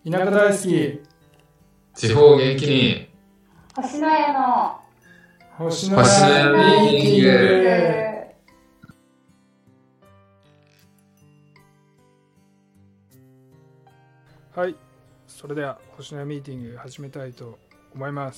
田舎大好き。 地方を元気に。 星の家の星の家ミーティング。 はい、それでは星の家ミーティング始めたいと思います。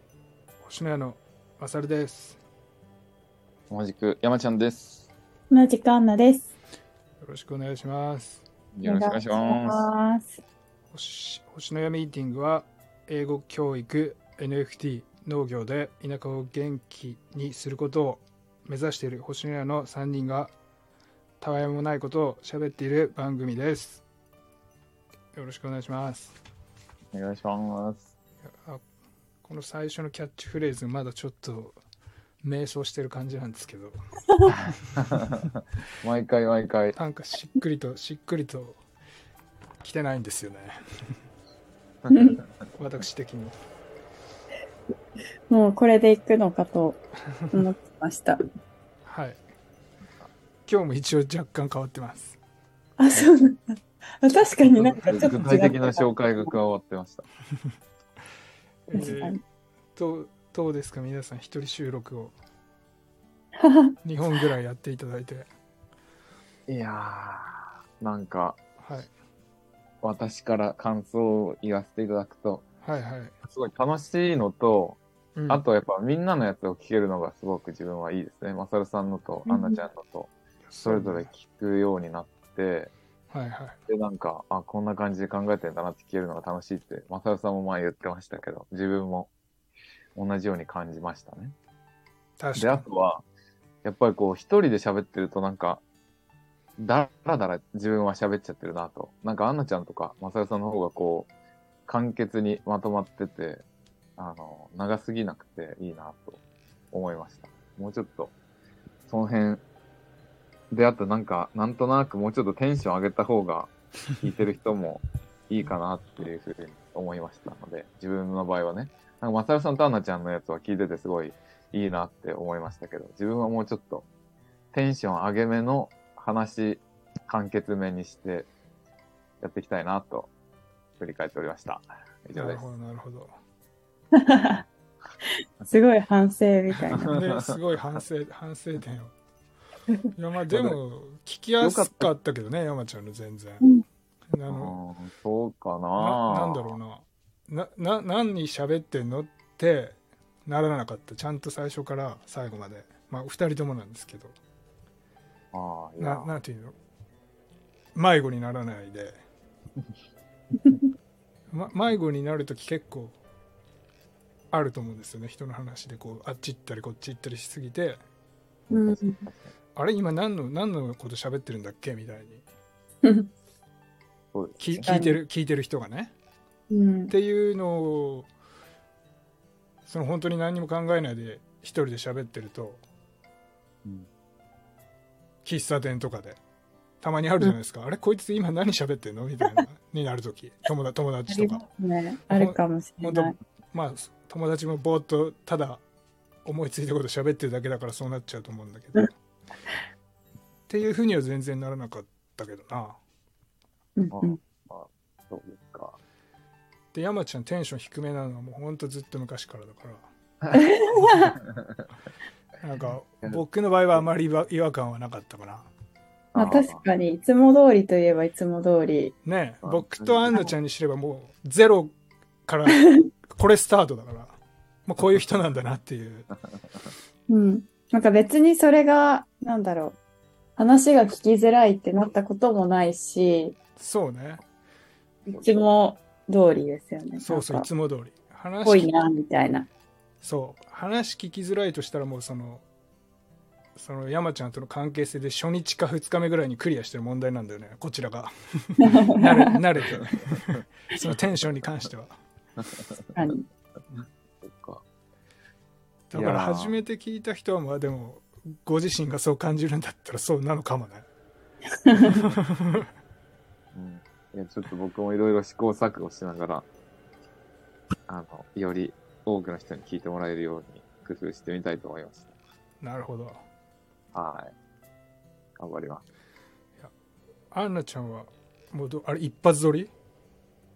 星の家のまさるです。 同じく山ちゃんです。 同じくアンナです。 よろしくお願いします。 よろしくお願いします。 星の家ミーティングは英語教育、NFT、農業で田舎を元気にすることを目指している星の家の3人がたわいもないことを喋っている番組です。よろしくお願いします。 お願いします。 この最初のキャッチフレーズまだちょっと迷走してる感じなんですけど毎回なんかしっくりと来てないんですよね私的にもうこれでいくのかと思ってましたはい、今日も一応若干変わってます。 あ、そうなんだ。確かになんかちょっと具体的な紹介が加わってましたどうですか皆さん、一人収録を2本ぐらいやっていただいて。 いやー、なんか、 はい、 私から感想を言わせていただくと、 はいはい、 すごい楽しいのと、 うん、 あとやっぱみんなのやつを聞けるのがすごく自分はいいですね。まさるさんのとアンナちゃんのとそれぞれ聞くようになって、 はいはい、 でなんかこんな感じで考えてんだなって聞けるのが楽しいってまさるさんも前言ってましたけど、自分も同じように感じましたね。 確かに。 であとはやっぱりこう一人で喋ってるとなんかだらだら自分は喋っちゃってるなと。なんかアンナちゃんとかまさるさんの方がこう簡潔にまとまってて、長すぎなくていいなと思いました。もうちょっとその辺で、あとなんとなくもうちょっとテンション上げた方が聞いてる人もいいかなっていうふうに思いましたので、自分の場合はね、なんかまさるさんとアンナちゃんのやつは聞いててすごいいいなって思いましたけど、自分はもうちょっとテンション上げめの話、簡潔めにしてやっていきたいなと振り返っておりました。以上です。 なるほどすごい反省みたいな、 ね、すごい反省点をいや、まあでも聞きやすかったけどね、山ちゃんの全然、 そうかな。 なんだろうな、何喋ってんのってならなかった。ちゃんと最初から最後まで、まあ2人ともなんですけど、なんていうの、迷子にならないで迷子になるとき結構あると思うんですよね。人の話でこうあっち行ったりこっち行ったりしすぎて、あれ今何のこと喋ってるんだっけみたいに聞いてる人がね、っていうのを本当に何も考えないで一人で喋ってると、喫茶店とかでたまにあるじゃないですか、あれこいつ今何喋ってんのみたいなになるとき友達とかあるかもしれない。 まあ友達もぼーっとただ思いついたこと喋ってるだけだからそうなっちゃうと思うんだけどっていうふうには全然ならなかったけどな。 そうですか。 で山ちゃんテンション低めなのはもうほんとずっと昔からだからなんか僕の場合はあまり違和感はなかったかな。 まあ確かにいつも通りといえばいつも通りね。僕とアンナちゃんにすればもうゼロからこれスタートだからもうこういう人なんだなっていうなんか別にそれがなんだろう、話が聞きづらいってなったこともないし、 そうね、 いつも通りですよね。 そういつも通り話ぽいなみたいな。 そう話聞きづらいとしたらもうその山ちゃんとの関係性で初日か2日目ぐらいにクリアしてる問題なんだよね、こちらが慣れてそのテンションに関しては確かに。 だから初めて聞いた人はまあでもご自身がそう感じるんだったらそうなのかもねいやちょっと僕もいろいろ試行錯誤しながらより多くの人に聞いてもらえるように工夫してみたいと思います。 なるほど。 はい。頑張ります。 アンナちゃんはもうあれ一発撮り？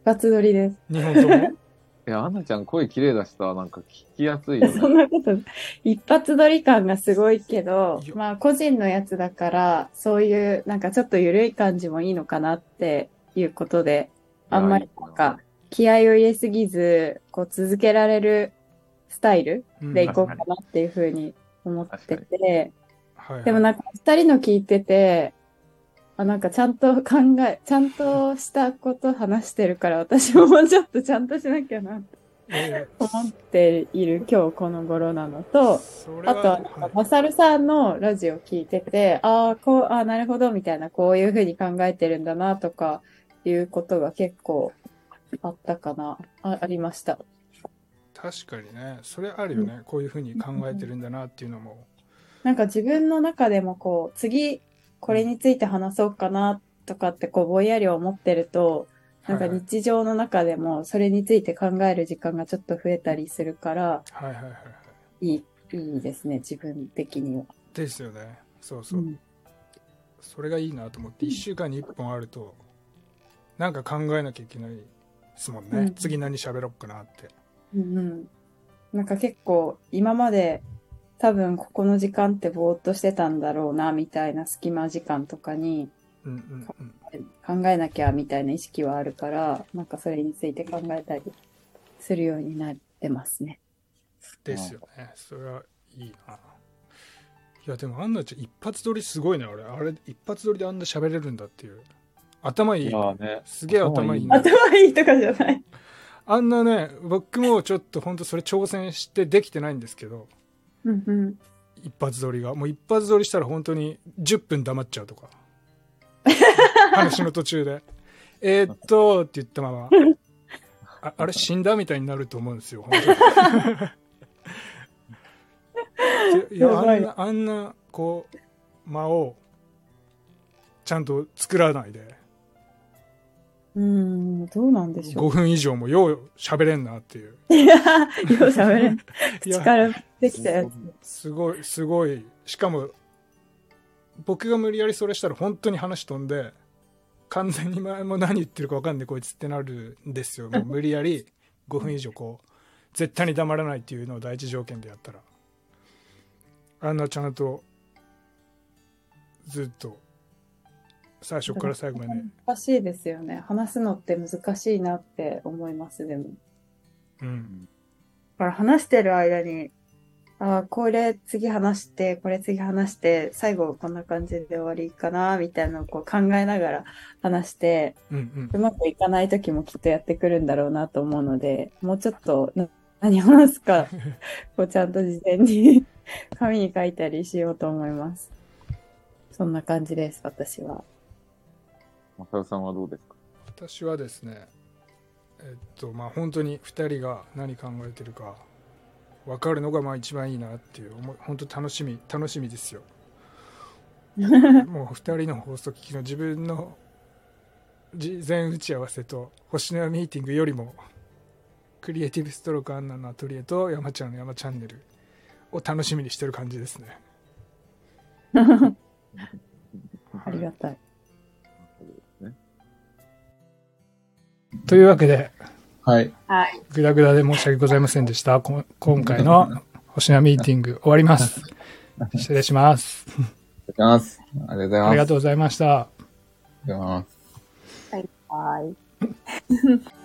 発撮りです。 日本ともいや、アンナちゃん声綺麗だしさ、なんか聞きやすいよそんね。 なこと、一発撮り感がすごいけどいや、 まあ個人のやつだから、そういうなんかちょっと緩い感じもいいのかなっていうことで、あんまりなんか気合を入れすぎず、こう続けられるスタイルでいこうかなっていうふうに思ってて、 はいはい、 でもなんか二人の聞いてて、なんかちゃんとしたこと話してるから、私ももうちょっとちゃんとしなきゃなって思っている今日この頃なのと、あとは、マサルさんのラジオ聞いてて、なるほどみたいな、こういうふうに考えてるんだなとかいうことが結構あったかな、ありました。 確かにね、それあるよね、こういうふうに考えてるんだなっていうのも。 なんか自分の中でもこう、次、これについて話そうかなとかってこうぼんやり思ってると、なんか日常の中でもそれについて考える時間がちょっと増えたりするから、いいですね、自分的には。 ですよね。そうそう。それがいいなと思って、1週間に1本あると、なんか考えなきゃいけないですもんね。次何喋ろうかなって。 なんか結構今まで多分ここの時間ってぼーっとしてたんだろうなみたいな隙間時間とかに考えなきゃみたいな意識はあるから、なんかそれについて考えたりするようになってますね。 ですよね。それはいいな。いやでもアンナちゃん一発撮りすごいね。あれ一発撮りであんな喋れるんだっていう。頭いい。すげえ頭いい、ね。 頭いいとかじゃない。 あんなね、僕もちょっと本当それ挑戦してできてないんですけど。一発撮りがもう一発撮りしたら本当に10分黙っちゃうとか話の途中でって言ったままあれ死んだみたいになると思うんですよ本当にいやあんなこう間をちゃんと作らないでどうなんでしょう。 5分以上もよう喋れんなっていう。 いや、よう喋れん。口からできたやつ。 すごい。しかも、僕が無理やりそれしたら本当に話飛んで、完全に前も何言ってるか分かんないこいつってなるんですよ。もう無理やり5分以上こう、絶対に黙らないっていうのを第一条件でやったら。あんなちゃんと、ずっと、最初から最後まで、ね、 難しいですよね。話すのって難しいなって思います、でも。だから話してる間に、これ次話して、これ次話して、最後こんな感じで終わりかな、みたいなのをこう考えながら話して、うまくいかない時もきっとやってくるんだろうなと思うので、もうちょっと何話すか、こうちゃんと事前に紙に書いたりしようと思います。そんな感じです、私は。 マサルさんはどうですか？ 私はですね、まあ本当に2人が何考えてるか分かるのがまあ一番いいなっていう本当楽しみですよ。もう2人の放送聞きの自分の事前打ち合わせと星のやミーティングよりもクリエイティブストロークアンナのアトリエと山ちゃんの山チャンネルを楽しみにしてる感じですね。 ありがたい。 というわけで、 はい。 グダグダで申し訳ございませんでした。今回の星のミーティング終わります。失礼します。 ありがとうございました。 ありがとうございました。 バイバイ。